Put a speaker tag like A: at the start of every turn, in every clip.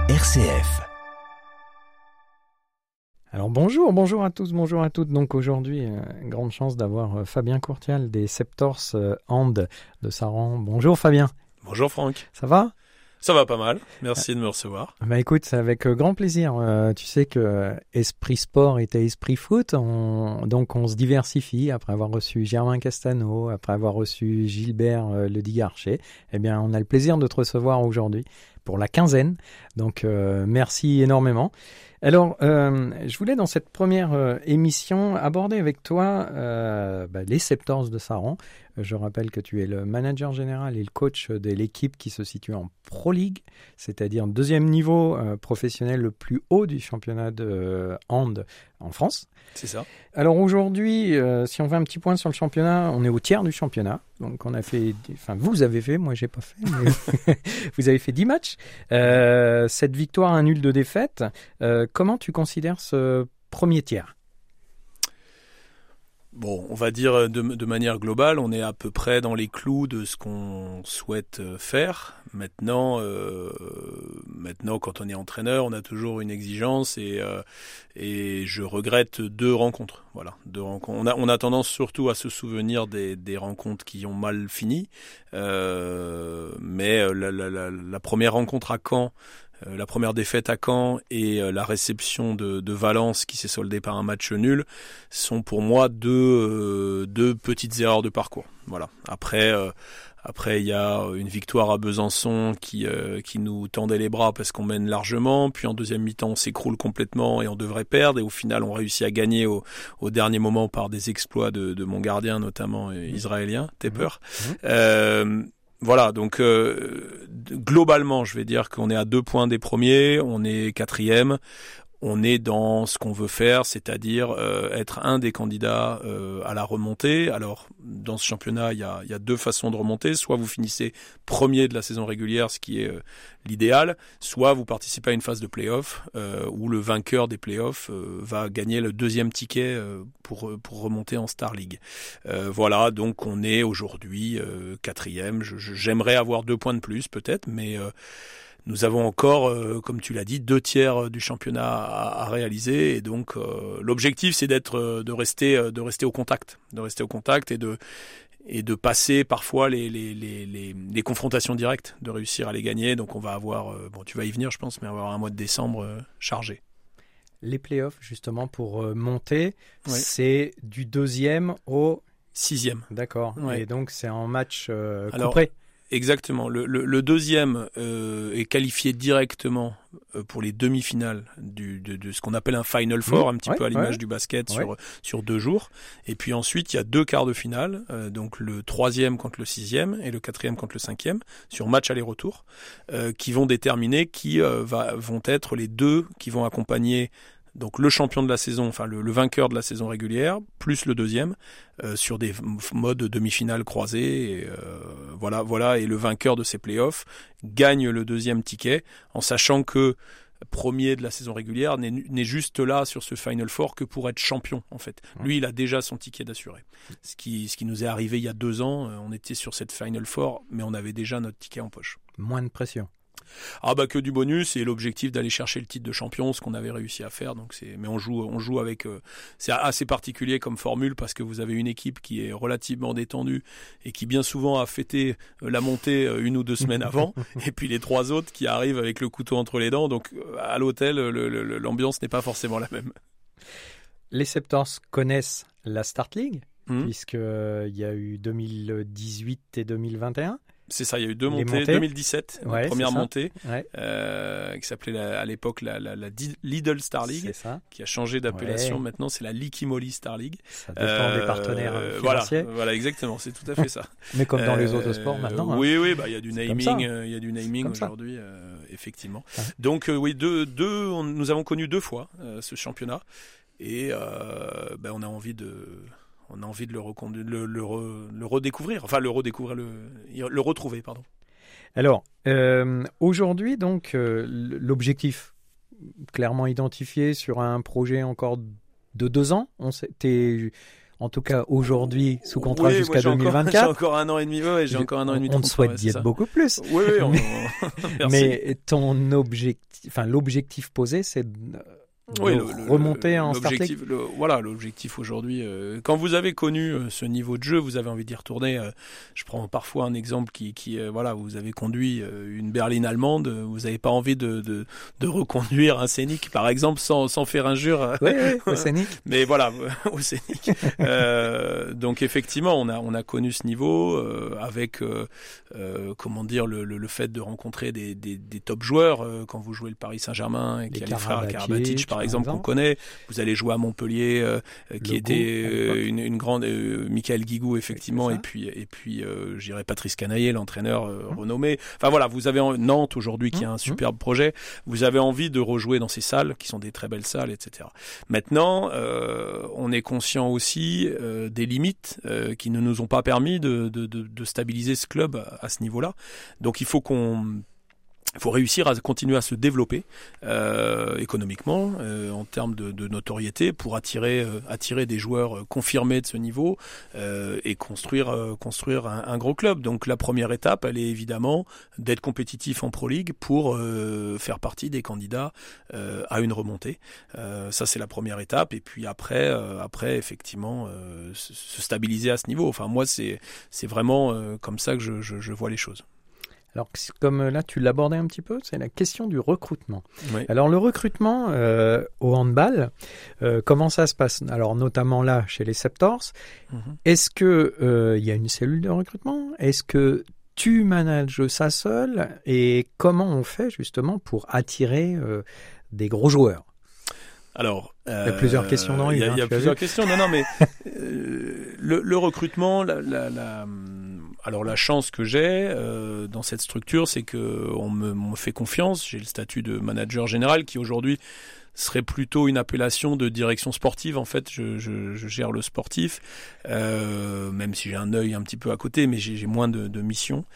A: RCF.
B: Alors bonjour à tous, bonjour à toutes. Donc aujourd'hui, grande chance d'avoir Fabien Courtial des Septors Hand de Saran. Bonjour Fabien.
C: Bonjour Franck.
B: Ça va ?
C: Ça va pas mal, merci de me recevoir.
B: Bah écoute, c'est avec grand plaisir. Tu sais que Esprit Sport était Esprit Foot, donc on se diversifie. Après avoir reçu Germain Castano, après avoir reçu Gilbert Ledigarcher, eh bien on a le plaisir de te recevoir aujourd'hui pour la 15e. Donc merci énormément. Alors, je voulais dans cette première émission aborder avec toi les Septors de Saran. Je rappelle que tu es le manager général et le coach de l'équipe qui se situe en Pro League, c'est-à-dire deuxième niveau professionnel le plus haut du championnat de hand en France.
C: C'est ça.
B: Alors aujourd'hui, si on fait un petit point sur le championnat, on est au tiers du championnat. Donc on a fait, vous avez fait, moi j'ai pas fait, mais vous avez fait 10 matchs. 7 victoires, 1 nul, 2 défaites. Comment tu considères ce premier tiers ?
C: Bon, on va dire de manière globale, on est à peu près dans les clous de ce qu'on souhaite faire. Maintenant, quand on est entraîneur, on a toujours une exigence et je regrette 2 rencontres. Voilà, 2 rencontres. On a tendance surtout à se souvenir des rencontres qui ont mal fini, mais la première rencontre à Caen. La première défaite à Caen et la réception de Valence qui s'est soldée par un match nul sont pour moi deux petites erreurs de parcours. Voilà. Après il y a une victoire à Besançon qui nous tendait les bras parce qu'on mène largement, puis en deuxième mi-temps on s'écroule complètement et on devrait perdre, et au final on réussit à gagner au dernier moment par des exploits de mon gardien, notamment israélien, Tepper. Voilà, donc globalement, je vais dire qu'on est à 2 points des premiers, on est 4e, on est dans ce qu'on veut faire, c'est-à-dire être un des candidats à la remontée. Alors, dans ce championnat, il y a 2 façons de remonter. Soit vous finissez premier de la saison régulière, ce qui est l'idéal, soit vous participez à une phase de play-off où le vainqueur des play-offs va gagner le 2e ticket pour remonter en Star League. Voilà, donc on est aujourd'hui 4e. J'aimerais avoir 2 points de plus peut-être, mais nous avons encore, comme tu l'as dit, 2 tiers du championnat à réaliser, et donc l'objectif c'est de rester au contact, et de passer parfois les confrontations directes, de réussir à les gagner. Donc on va avoir, tu vas y venir je pense, mais on va avoir un mois de décembre chargé.
B: Les playoffs justement pour monter,
C: Oui.
B: C'est du 2e au
C: 6e.
B: D'accord.
C: Ouais.
B: Et donc c'est en match
C: Alors,
B: couperé.
C: Exactement. Le 2e est qualifié directement pour les demi-finales de ce qu'on appelle un Final Four, un petit peu à l'image du basket sur 2 jours. Et puis ensuite, il y a 2 quarts de finale, donc le 3e contre le 6e et le 4e contre le 5e, sur match aller-retour, qui vont déterminer qui vont être les 2 qui vont accompagner donc le champion de la saison, enfin le vainqueur de la saison régulière, plus le 2e, sur des modes demi-finale croisés. Et, voilà, et le vainqueur de ces playoffs gagne le 2e ticket, en sachant que premier de la saison régulière n'est juste là sur ce Final Four que pour être champion en fait. Lui, il a déjà son ticket d'assuré. Ce qui nous est arrivé il y a 2 ans, on était sur cette Final Four, mais on avait déjà notre ticket en poche.
B: Moins de pression.
C: Que du bonus, et l'objectif d'aller chercher le titre de champion, ce qu'on avait réussi à faire. Donc mais on joue avec, c'est assez particulier comme formule, parce que vous avez une équipe qui est relativement détendue et qui bien souvent a fêté la montée 1 ou 2 semaines avant, et puis les 3 autres qui arrivent avec le couteau entre les dents. Donc à l'hôtel, l'ambiance n'est pas forcément la même.
B: Les Septors connaissent la Start League, puisqu'il y a eu 2018 et 2021.
C: C'est ça, il y a eu 2 montées. 2017, la première montée, qui s'appelait à l'époque la Lidl Star League, qui a changé d'appellation. Maintenant, c'est la Likimoli Star League.
B: Ça dépend des partenaires financiers.
C: Voilà, exactement, c'est tout à fait ça.
B: Mais comme dans les autres sports maintenant.
C: Oui, il y a du naming, aujourd'hui, effectivement. Donc nous avons connu 2 fois ce championnat, et on a envie de le redécouvrir, le retrouver, pardon.
B: Alors, aujourd'hui, donc, l'objectif clairement identifié sur un projet encore de 2 ans, en tout cas aujourd'hui sous contrat
C: oui,
B: jusqu'à 2024.
C: J'ai encore un an et demi. J'ai encore un an et demi.
B: On te souhaite d'y être beaucoup plus.
C: Oui.
B: Mais ton l'objectif posé, c'est remonter en starting.
C: L'objectif aujourd'hui. Quand vous avez connu ce niveau de jeu, vous avez envie d'y retourner. Je prends parfois un exemple qui vous avez conduit une berline allemande, vous n'avez pas envie de reconduire un Scénic, par exemple, sans faire injure.
B: Oui, au Scénic.
C: Mais voilà, au Scénic. Donc effectivement, on a connu ce niveau avec le fait de rencontrer des top joueurs quand vous jouez le Paris Saint-Germain et qu'il y a les frères Karabatic, par exemple, qu'on connaît. Vous allez jouer à Montpellier, qui était une grande Michael Guigou, effectivement, et puis je dirais Patrice Canaillé, l'entraîneur renommé. Enfin voilà, vous avez Nantes aujourd'hui qui a un superbe projet. Vous avez envie de rejouer dans ces salles qui sont des très belles salles, etc. Maintenant, on est conscient aussi des limites qui ne nous ont pas permis de stabiliser ce club à ce niveau-là. Donc il faut réussir à continuer à se développer économiquement, en termes de notoriété, pour attirer des joueurs confirmés de ce niveau et construire un gros club. Donc la première étape, elle est évidemment d'être compétitif en Pro League pour faire partie des candidats à une remontée. Ça, c'est la première étape. Et puis après effectivement, se stabiliser à ce niveau. Enfin, moi, c'est vraiment comme ça que je vois les choses.
B: Alors, comme là, tu l'abordais un petit peu, c'est la question du recrutement.
C: Oui.
B: Alors, le recrutement au handball, comment ça se passe? Alors, notamment là, chez les Septors, est-ce que y a une cellule de recrutement? Est-ce que tu manages ça seul? Et comment on fait justement pour attirer des gros joueurs?
C: Alors,
B: il y a plusieurs questions dans une.
C: Il y a plusieurs questions. Non, mais le recrutement, alors la chance que j'ai dans cette structure, c'est que on me fait confiance. J'ai le statut de manager général qui aujourd'hui serait plutôt une appellation de direction sportive. En fait, je gère le sportif, même si j'ai un œil un petit peu à côté, mais j'ai moins de missions.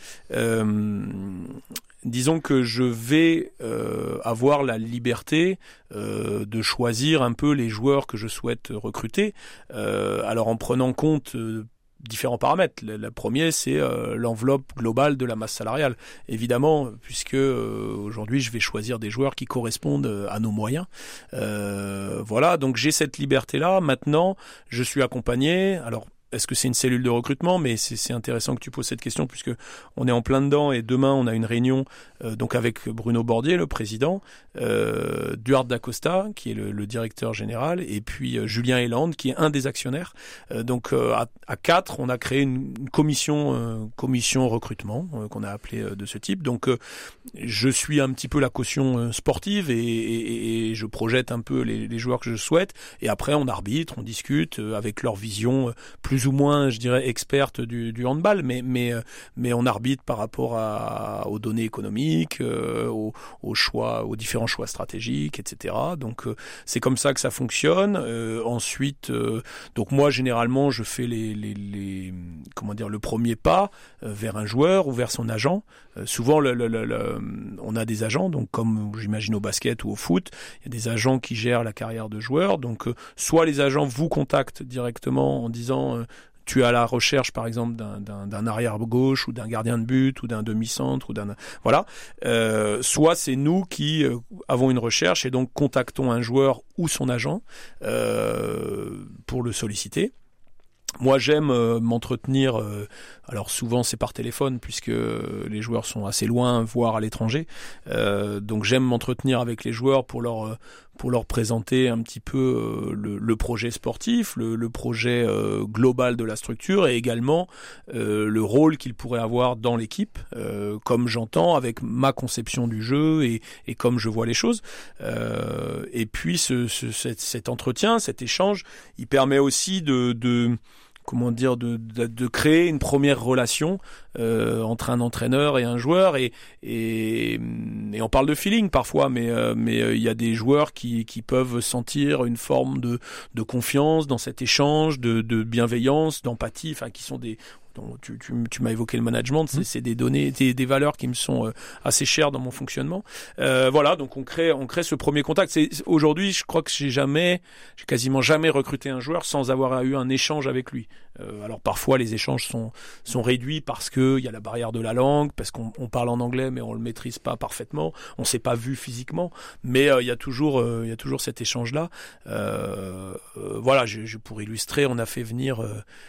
C: Disons que je vais avoir la liberté de choisir un peu les joueurs que je souhaite recruter. Alors en prenant compte différents paramètres. Le premier, c'est l'enveloppe globale de la masse salariale. Évidemment, puisque aujourd'hui, je vais choisir des joueurs qui correspondent à nos moyens. Voilà, donc j'ai cette liberté-là. Maintenant, je suis accompagné. Alors, est-ce que c'est une cellule de recrutement? Mais c'est intéressant que tu poses cette question, puisque on est en plein dedans, et demain on a une réunion donc avec Bruno Bordier, le président, Duarte d'Acosta, qui est le directeur général, et puis Julien Eland, qui est un des actionnaires. Donc à 4, on a créé une commission recrutement qu'on a appelée de ce type. Donc je suis un petit peu la caution sportive et je projette un peu les joueurs que je souhaite, et après on arbitre, on discute avec leur vision plus ou moins, je dirais, experte du handball, mais on arbitre par rapport aux données économiques, aux choix, aux différents choix stratégiques, etc. Donc c'est comme ça que ça fonctionne. Ensuite, donc moi généralement je fais le premier pas vers un joueur ou vers son agent. Souvent on a des agents, donc comme j'imagine au basket ou au foot, il y a des agents qui gèrent la carrière de joueurs. Donc soit les agents vous contactent directement en disant tu es à la recherche, par exemple, d'un arrière gauche ou d'un gardien de but ou d'un demi-centre ou voilà. Soit c'est nous qui avons une recherche et donc contactons un joueur ou son agent pour le solliciter. Moi, j'aime m'entretenir. Alors souvent, c'est par téléphone puisque les joueurs sont assez loin, voire à l'étranger. Donc, j'aime m'entretenir avec les joueurs pour leur présenter un petit peu le projet sportif, le projet global de la structure, et également le rôle qu'ils pourraient avoir dans l'équipe, comme j'entends, avec ma conception du jeu et comme je vois les choses. Et puis, cet entretien, cet échange, il permet aussi de créer une première relation entre un entraîneur et un joueur, et on parle de feeling parfois, mais il y a des joueurs qui peuvent sentir une forme de confiance dans cet échange, de bienveillance, d'empathie, enfin qui sont Donc, tu m'as évoqué le management, c'est des données, des valeurs qui me sont assez chères dans mon fonctionnement. Voilà, donc on crée ce premier contact. Aujourd'hui, je crois que j'ai quasiment jamais recruté un joueur sans avoir eu un échange avec lui. Alors parfois les échanges sont réduits parce que il y a la barrière de la langue, parce qu'on parle en anglais mais on le maîtrise pas parfaitement, on s'est pas vu physiquement, mais il y a toujours cet échange là. Voilà, pour illustrer, on a fait venir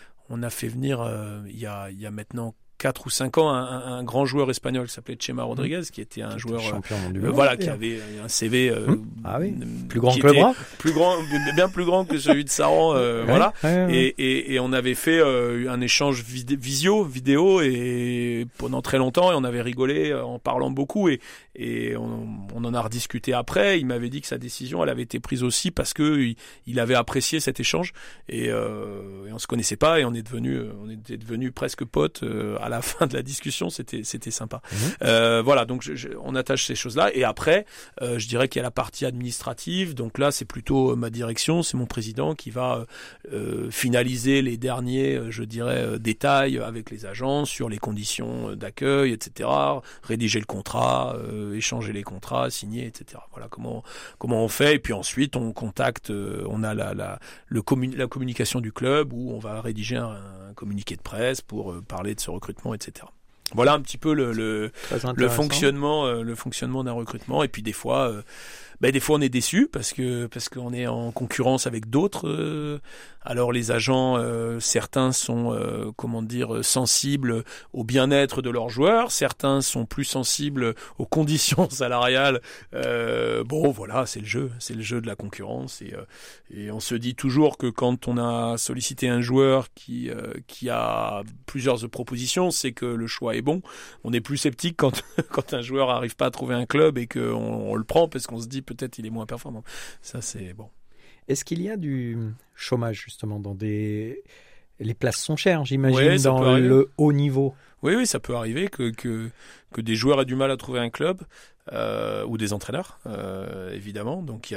C: il y a maintenant 4 ou 5 ans un grand joueur espagnol qui s'appelait Chema Rodriguez, qui était un joueur qui avait un CV
B: plus grand que le bras,
C: bien plus grand que celui de Saran, voilà. Et on avait fait un échange vidéo et pendant très longtemps, et on avait rigolé en parlant beaucoup, et on en a rediscuté après. Il m'avait dit que sa décision, elle avait été prise aussi parce que il avait apprécié cet échange, et on se connaissait pas, et on était devenus presque potes à la fin de la discussion. C'était sympa. Voilà, donc on attache ces choses-là, et après je dirais qu'il y a la partie administrative. Donc là, c'est plutôt ma direction, c'est mon président qui va finaliser les derniers, je dirais, détails avec les agents sur les conditions d'accueil, etc., rédiger le contrat, échanger les contrats, signer, etc. Voilà comment on fait. Et puis ensuite on contacte, on a la communication du club, où on va rédiger un communiqué de presse pour parler de ce recrutement, etc. Voilà un petit peu le fonctionnement d'un recrutement. Et puis des fois on est déçu parce qu'on est en concurrence avec d'autres. Alors les agents, certains sont sensibles au bien-être de leurs joueurs, certains sont plus sensibles aux conditions salariales. Bon, voilà, c'est le jeu de la concurrence, et on se dit toujours que quand on a sollicité un joueur qui a plusieurs propositions, c'est que le choix est bon. On est plus sceptique quand un joueur n'arrive pas à trouver un club et qu'on le prend parce qu'on se dit peut-être il est moins performant. Ça, c'est bon.
B: Est-ce qu'il y a du chômage justement les places sont chères, j'imagine, dans le haut niveau?
C: Oui, ça peut arriver que des joueurs aient du mal à trouver un club, ou des entraîneurs, évidemment. Donc il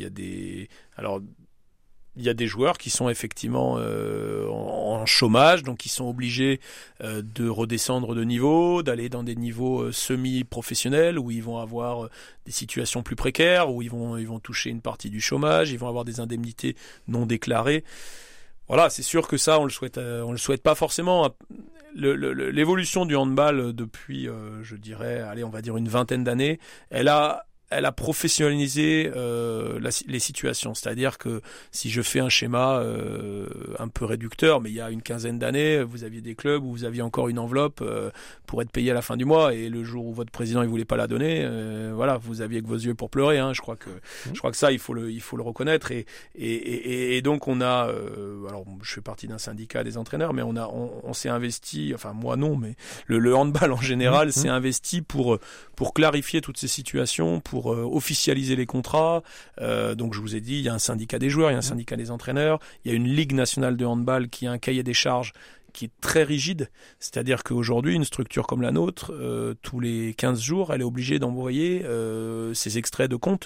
C: y a des joueurs qui sont effectivement en chômage, donc ils sont obligés de redescendre de niveau, d'aller dans des niveaux semi-professionnels où ils vont avoir des situations plus précaires, où ils vont toucher une partie du chômage, ils vont avoir des indemnités non déclarées. Voilà, c'est sûr que ça, on le souhaite pas forcément. L'évolution du handball depuis, je dirais, on va dire une vingtaine d'années, elle a professionnalisé les situations. C'est-à-dire que si je fais un schéma un peu réducteur, mais il y a une quinzaine d'années, vous aviez des clubs où vous aviez encore une enveloppe pour être payé à la fin du mois, et le jour où votre président il voulait pas la donner, voilà, vous aviez que vos yeux pour pleurer. Je crois que ça, il faut le reconnaître. Et donc on a, alors je fais partie d'un syndicat des entraîneurs, mais on s'est investi, enfin moi non, mais le handball en général s'est investi pour clarifier toutes ces situations, pour officialiser les contrats. Donc je vous ai dit, il y a un syndicat des joueurs, il y a un syndicat des entraîneurs, il y a une ligue nationale de handball qui a un cahier des charges qui est très rigide. C'est-à-dire qu'aujourd'hui, une structure comme la nôtre, tous les 15 jours, elle est obligée d'envoyer ses extraits de compte,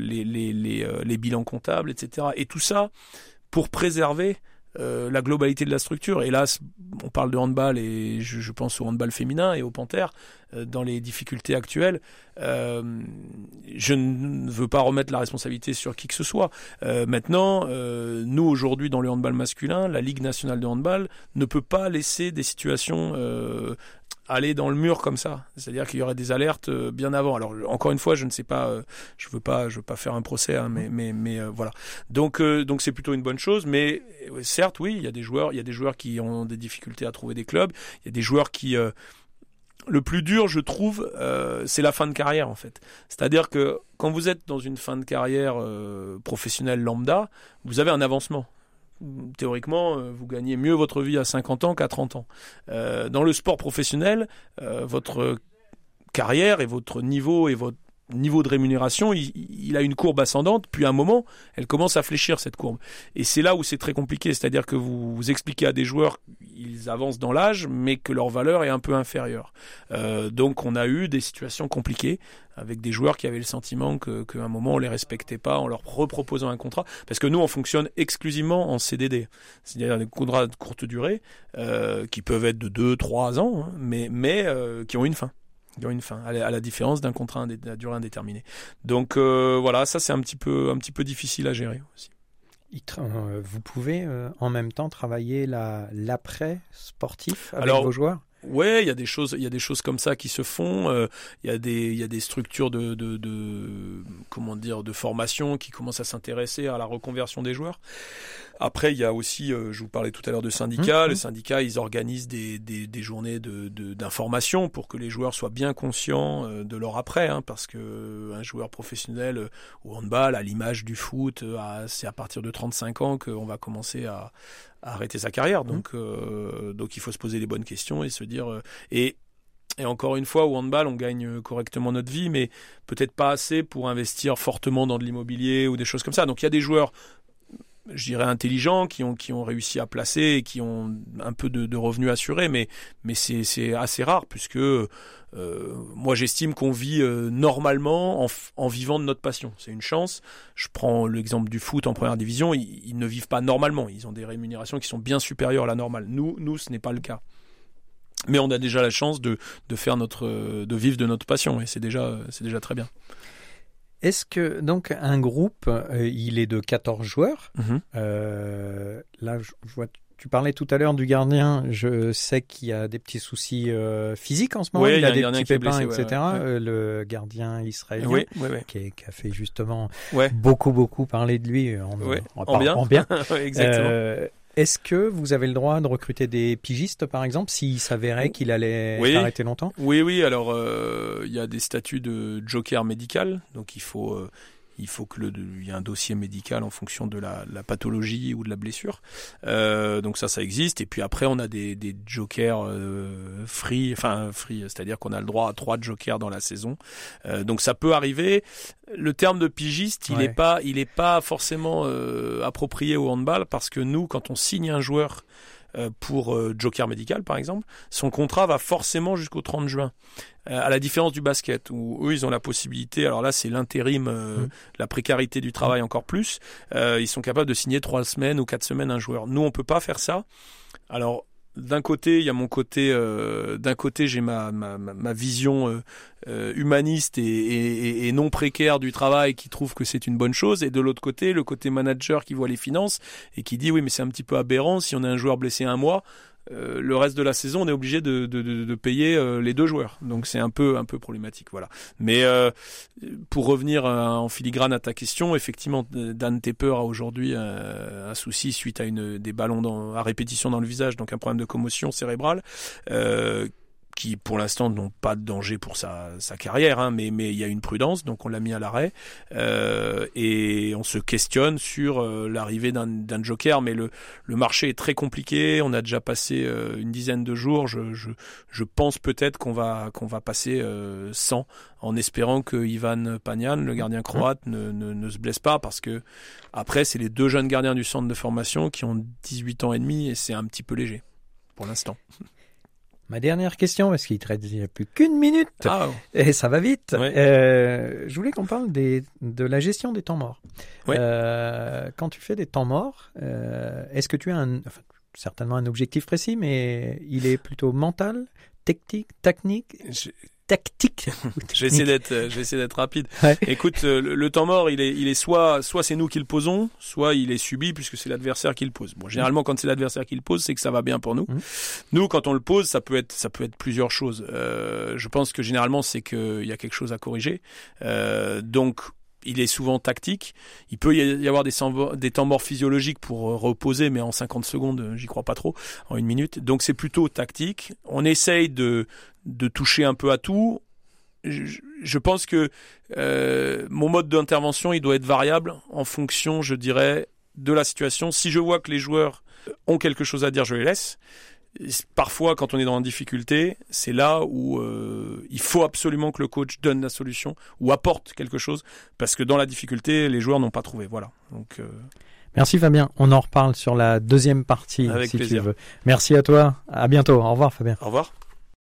C: les bilans comptables, etc. Et tout ça pour préserver la globalité de la structure. Et là, on parle de handball, et je pense au handball féminin et aux Panthères. Dans les difficultés actuelles, je ne veux pas remettre la responsabilité sur qui que ce soit. Maintenant, nous aujourd'hui dans le handball masculin, la Ligue nationale de handball ne peut pas laisser des situations aller dans le mur comme ça. C'est-à-dire qu'il y aurait des alertes bien avant. Alors encore une fois, je ne sais pas, je veux pas faire un procès, mais voilà. Donc c'est plutôt une bonne chose. Mais certes, oui, il y a des joueurs qui ont des difficultés à trouver des clubs. Il y a des joueurs qui le plus dur, je trouve, c'est la fin de carrière, en fait. C'est-à-dire que quand vous êtes dans une fin de carrière professionnelle lambda, vous avez un avancement. Théoriquement, vous gagnez mieux votre vie à 50 ans qu'à 30 ans. Dans le sport professionnel, votre carrière et votre niveau et niveau de rémunération, il a une courbe ascendante, puis à un moment, elle commence à fléchir cette courbe. Et c'est là où c'est très compliqué, c'est-à-dire que vous expliquez à des joueurs qu'ils avancent dans l'âge, mais que leur valeur est un peu inférieure. Donc on a eu des situations compliquées avec des joueurs qui avaient le sentiment qu'à un moment on les respectait pas en leur reproposant un contrat, parce que nous on fonctionne exclusivement en CDD, c'est-à-dire des contrats de courte durée qui peuvent être de 2-3 ans, hein, mais qui ont une fin. À la différence d'un contrat à durée indéterminée. Donc voilà, ça c'est un petit peu difficile à gérer aussi.
B: Vous pouvez en même temps travailler l'après sportif avec vos joueurs?
C: Ouais, il y a des choses comme ça qui se font. Il y a des structures de formation qui commencent à s'intéresser à la reconversion des joueurs. Après, il y a aussi, je vous parlais tout à l'heure de syndicats. Les syndicats, ils organisent des journées d'information pour que les joueurs soient bien conscients de leur après, hein, parce que un joueur professionnel au handball, à l'image du foot, c'est à partir de 35 ans qu'on va commencer à arrêter sa carrière. Donc il faut se poser les bonnes questions et se dire et encore une fois, au handball, on gagne correctement notre vie, mais peut-être pas assez pour investir fortement dans de l'immobilier ou des choses comme ça. Donc il y a des joueurs, je dirais, intelligents qui ont réussi à placer et qui ont un peu de revenus assurés, mais c'est assez rare puisque moi j'estime qu'on vit normalement en vivant de notre passion. C'est une chance. Je prends l'exemple du foot en première division, ils ne vivent pas normalement. Ils ont des rémunérations qui sont bien supérieures à la normale. Nous, ce n'est pas le cas. Mais on a déjà la chance de vivre de notre passion et c'est déjà très bien.
B: Est-ce que donc un groupe, il est de 14 joueurs? Là, je vois, tu parlais tout à l'heure du gardien. Je sais qu'il y a des petits soucis physiques en ce moment. Il a des petits pépins, blessé, etc. Ouais. Le gardien israélien, qui a fait justement beaucoup parler de lui en bien.
C: Exactement.
B: Est-ce que vous avez le droit de recruter des pigistes, par exemple, s'il s'avérait qu'il allait s'arrêter longtemps?
C: Oui. Alors, il y a des statuts de joker médical. Donc, il faut qu'il y ait un dossier médical en fonction de la pathologie ou de la blessure. Donc, ça existe. Et puis après, on a des jokers free, c'est-à-dire qu'on a le droit à 3 jokers dans la saison. Donc, ça peut arriver. Le terme de pigiste, il est pas forcément approprié au handball parce que nous, quand on signe un joueur pour joker médical, par exemple, son contrat va forcément jusqu'au 30 juin. À la différence du basket, où eux, ils ont la possibilité, alors là, c'est l'intérim, la précarité du travail encore plus, ils sont capables de signer 3 semaines ou 4 semaines un joueur. Nous, on peut pas faire ça. Alors, d'un côté, il y a mon côté. D'un côté, j'ai ma vision humaniste et non précaire du travail qui trouve que c'est une bonne chose. Et de l'autre côté, le côté manager qui voit les finances et qui dit oui, mais c'est un petit peu aberrant. Si on a un joueur blessé un mois, le reste de la saison, on est obligé de payer les 2 joueurs. Donc c'est un peu problématique, voilà. Mais pour revenir en filigrane à ta question, effectivement, Dan Tepper a aujourd'hui un souci suite à des ballons à répétition dans le visage, donc un problème de commotion cérébrale. Qui pour l'instant n'ont pas de danger pour sa carrière, hein, mais il y a une prudence, donc on l'a mis à l'arrêt et on se questionne sur l'arrivée d'un joker, mais le marché est très compliqué. On a déjà passé une dizaine de jours. Je pense peut-être qu'on va passer 100 en espérant que Ivan Panian, le gardien croate, ne se blesse pas, parce que après c'est les 2 jeunes gardiens du centre de formation qui ont 18 ans et demi et c'est un petit peu léger pour l'instant.
B: Ma dernière question, parce qu'il ne reste plus qu'une minute, et ça va vite. Je voulais qu'on parle de la gestion des temps morts. Quand tu fais des temps morts, est-ce que tu as certainement un objectif précis, mais il est plutôt mental, tactique tactique.
C: Je vais essayer d'être rapide. Écoute, le temps mort, il est soit c'est nous qui le posons, soit il est subi puisque c'est l'adversaire qui le pose. Bon, généralement quand c'est l'adversaire qui le pose, c'est que ça va bien pour nous. Nous, quand on le pose, ça peut être plusieurs choses. Je pense que généralement c'est qu'il y a quelque chose à corriger. Donc il est souvent tactique. Il peut y avoir des temps morts physiologiques pour reposer, mais en 50 secondes, j'y crois pas trop, en 1 minute. Donc c'est plutôt tactique. On essaye de toucher un peu à tout. Je pense que mon mode d'intervention, il doit être variable en fonction, je dirais, de la situation. Si je vois que les joueurs ont quelque chose à dire, je les laisse. parfois, quand on est dans une difficulté, c'est là où il faut absolument que le coach donne la solution ou apporte quelque chose, parce que dans la difficulté, les joueurs n'ont pas trouvé. Voilà. Donc,
B: merci Fabien. On en reparle sur la deuxième partie,
C: avec
B: si
C: plaisir.
B: tu veux. Merci à toi. À bientôt. Au revoir Fabien.
C: Au revoir.